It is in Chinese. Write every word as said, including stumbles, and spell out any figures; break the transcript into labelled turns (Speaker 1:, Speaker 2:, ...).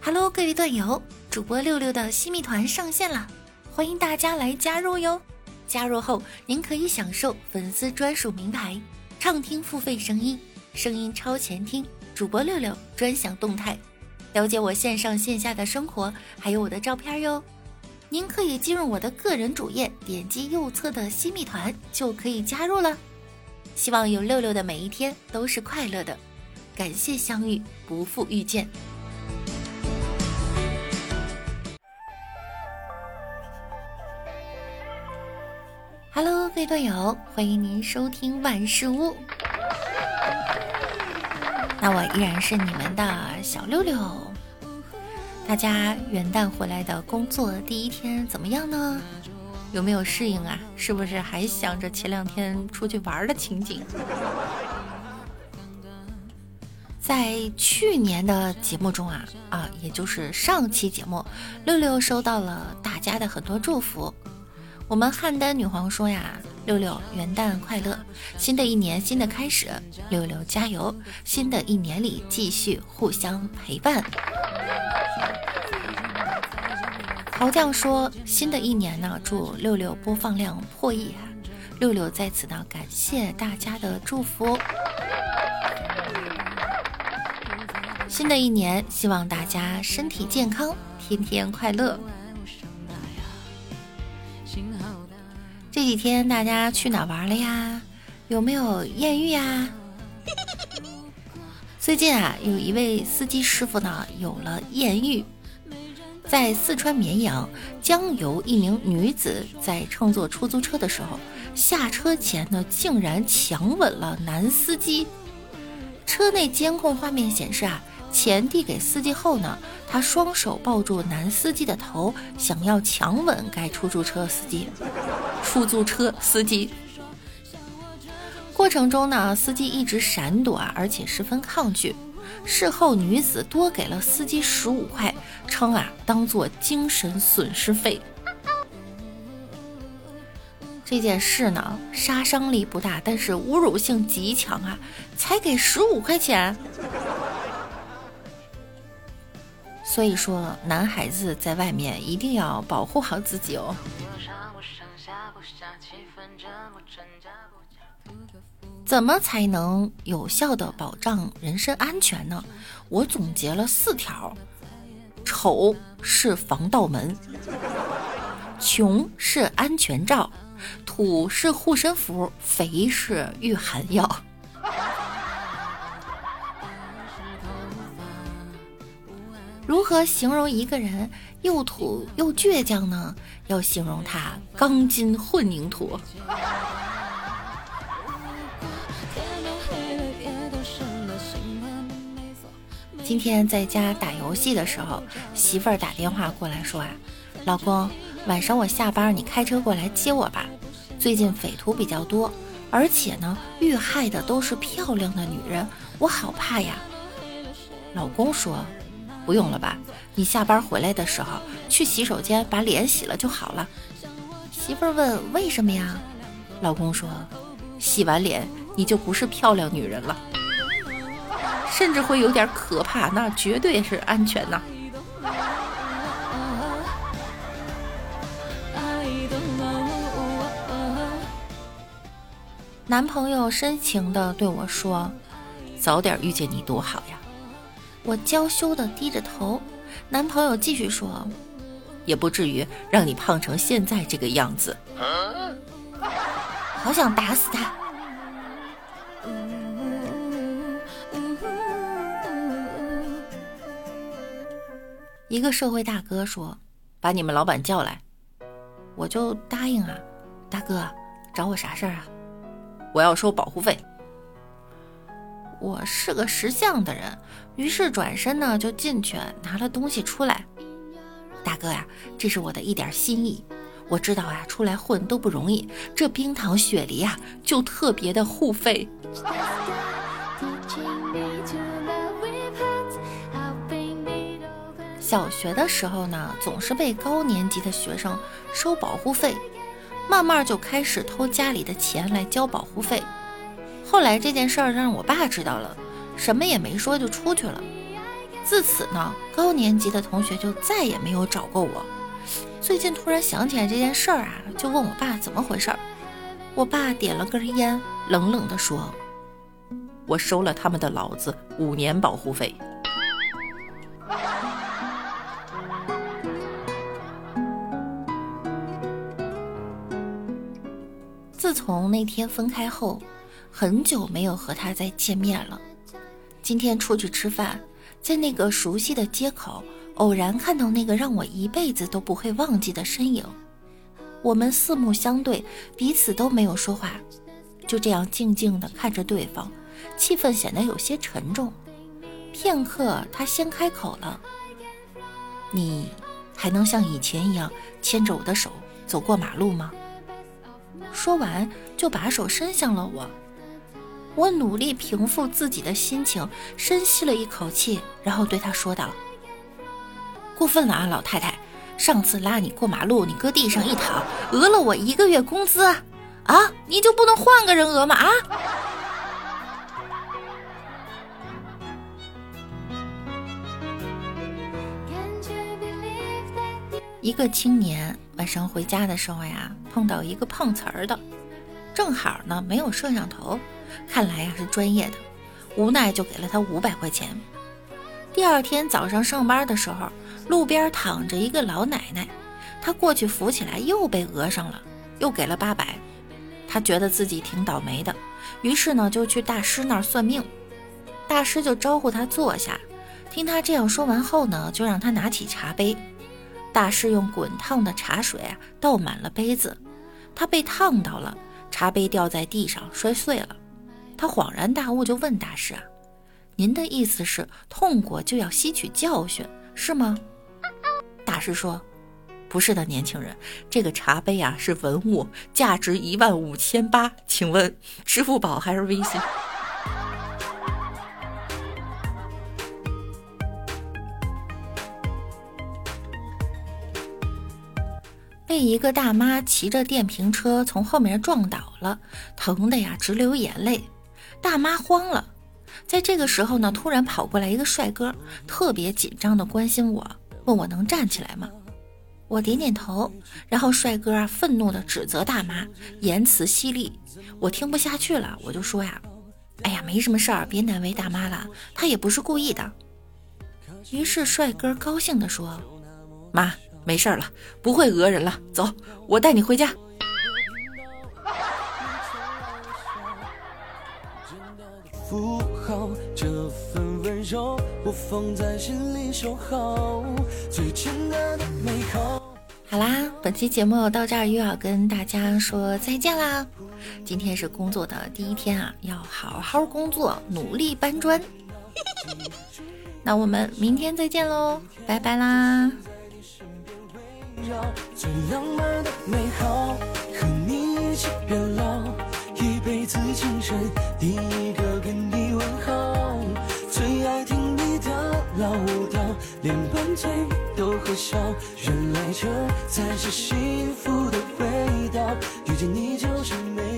Speaker 1: Hello， 各位段友，主播六六的新密团上线了，欢迎大家来加入哟！加入后，您可以享受粉丝专属名牌、畅听付费声音、声音超前听、主播六六专享动态，了解我线上线下的生活，还有我的照片哟。您可以进入我的个人主页，点击右侧的新密团就可以加入了。希望有六六的每一天都是快乐的，感谢相遇，不负遇见。Hello， 各位队友，欢迎您收听万事屋。那我依然是你们的小六六。大家元旦回来的工作第一天怎么样呢？有没有适应啊？是不是还想着前两天出去玩的情景？在去年的节目中啊啊，也就是上期节目，六六收到了大家的很多祝福。我们汉丹女皇说呀，六六元旦快乐，新的一年新的开始，六六加油，新的一年里继续互相陪伴。陶酱说，新的一年呢，祝六六播放量破亿啊！六六在此呢，感谢大家的祝福。新的一年，希望大家身体健康，天天快乐。这几天大家去哪玩了呀？有没有艳遇呀？最近啊，有一位司机师傅呢，有了艳遇。在四川绵阳，江油一名女子在乘坐出租车的时候，下车前呢，竟然强吻了男司机。车内监控画面显示啊，钱递给司机后呢，他双手抱住男司机的头，想要强吻该出租车司机。出租车司机过程中呢，司机一直闪躲啊，而且十分抗拒。事后女子多给了司机十五块，称啊当做精神损失费。这件事呢，杀伤力不大，但是侮辱性极强啊！才给十五块钱。所以说，男孩子在外面一定要保护好自己哦。怎么才能有效的保障人身安全呢？我总结了四条：丑是防盗门，穷是安全罩，土是护身符，肥是御寒药。如何形容一个人又土又倔强呢？要形容他钢筋混凝土。今天在家打游戏的时候，媳妇儿打电话过来说啊，老公，晚上我下班你开车过来接我吧。最近匪徒比较多，而且呢，遇害的都是漂亮的女人，我好怕呀。老公说，不用了吧，你下班回来的时候去洗手间把脸洗了就好了。媳妇儿问为什么呀？老公说，洗完脸你就不是漂亮女人了，甚至会有点可怕，那绝对是安全呐。男朋友深情地对我说，早点遇见你多好呀。我娇羞地低着头，男朋友继续说，也不至于让你胖成现在这个样子。好想打死他。一个社会大哥说，把你们老板叫来。我就答应啊，大哥找我啥事儿啊？我要收保护费。我是个识相的人，于是转身呢就进去拿了东西出来。大哥呀，这是我的一点心意。我知道啊，出来混都不容易，这冰糖雪梨啊就特别的护肺。小学的时候呢，总是被高年级的学生收保护费，慢慢就开始偷家里的钱来交保护费。后来这件事儿让我爸知道了，什么也没说就出去了。 自此呢，高年级的同学就再也没有找过我。最近突然想起来这件事儿啊，就问我爸怎么回事儿。我爸点了根烟，冷冷地说：我收了他们的老子五年保护费。自从那天分开后，很久没有和他再见面了。今天出去吃饭，在那个熟悉的街口，偶然看到那个让我一辈子都不会忘记的身影。我们四目相对，彼此都没有说话，就这样静静地看着对方，气氛显得有些沉重。片刻，他先开口了：你还能像以前一样牵着我的手走过马路吗？说完就把手伸向了我。我努力平复自己的心情，深吸了一口气，然后对他说道：过分了啊，老太太，上次拉你过马路，你搁地上一躺，讹了我一个月工资啊！啊，你就不能换个人讹吗？啊！一个青年晚上回家的时候呀，碰到一个碰瓷儿的，正好呢没有摄像头，看来呀是专业的，无奈就给了他五百块钱。第二天早上上班的时候，路边躺着一个老奶奶，他过去扶起来，又被讹上了，又给了八百。他觉得自己挺倒霉的，于是呢就去大师那儿算命。大师就招呼他坐下，听他这样说完后呢，就让他拿起茶杯。大师用滚烫的茶水啊倒满了杯子，他被烫到了，茶杯掉在地上摔碎了。他恍然大悟，就问大师啊：您的意思是痛过就要吸取教训，是吗？大师说：不是的，年轻人，这个茶杯啊是文物，价值一万五千八，请问支付宝还是微信？被一个大妈骑着电瓶车从后面撞倒了，疼得呀直流眼泪。大妈慌了，在这个时候呢，突然跑过来一个帅哥，特别紧张地关心我，问我能站起来吗？我点点头，然后帅哥啊愤怒地指责大妈，言辞犀利。我听不下去了，我就说呀：哎呀，没什么事儿，别难为大妈了，她也不是故意的。于是帅哥高兴地说：妈，没事了，不会讹人了，走，我带你回家。符号这份温柔，我放在心里守好，最简单的美好。好啦，本期节目到这儿又要跟大家说再见啦。今天是工作的第一天啊，要好好工作，努力搬砖。那我们明天再见喽，拜拜啦。最浪漫的美好，和你一起变老，一辈子情深，第一个跟你问好，最爱听你的老调，连拌嘴都会笑，原来这才是幸福的味道，遇见你就是美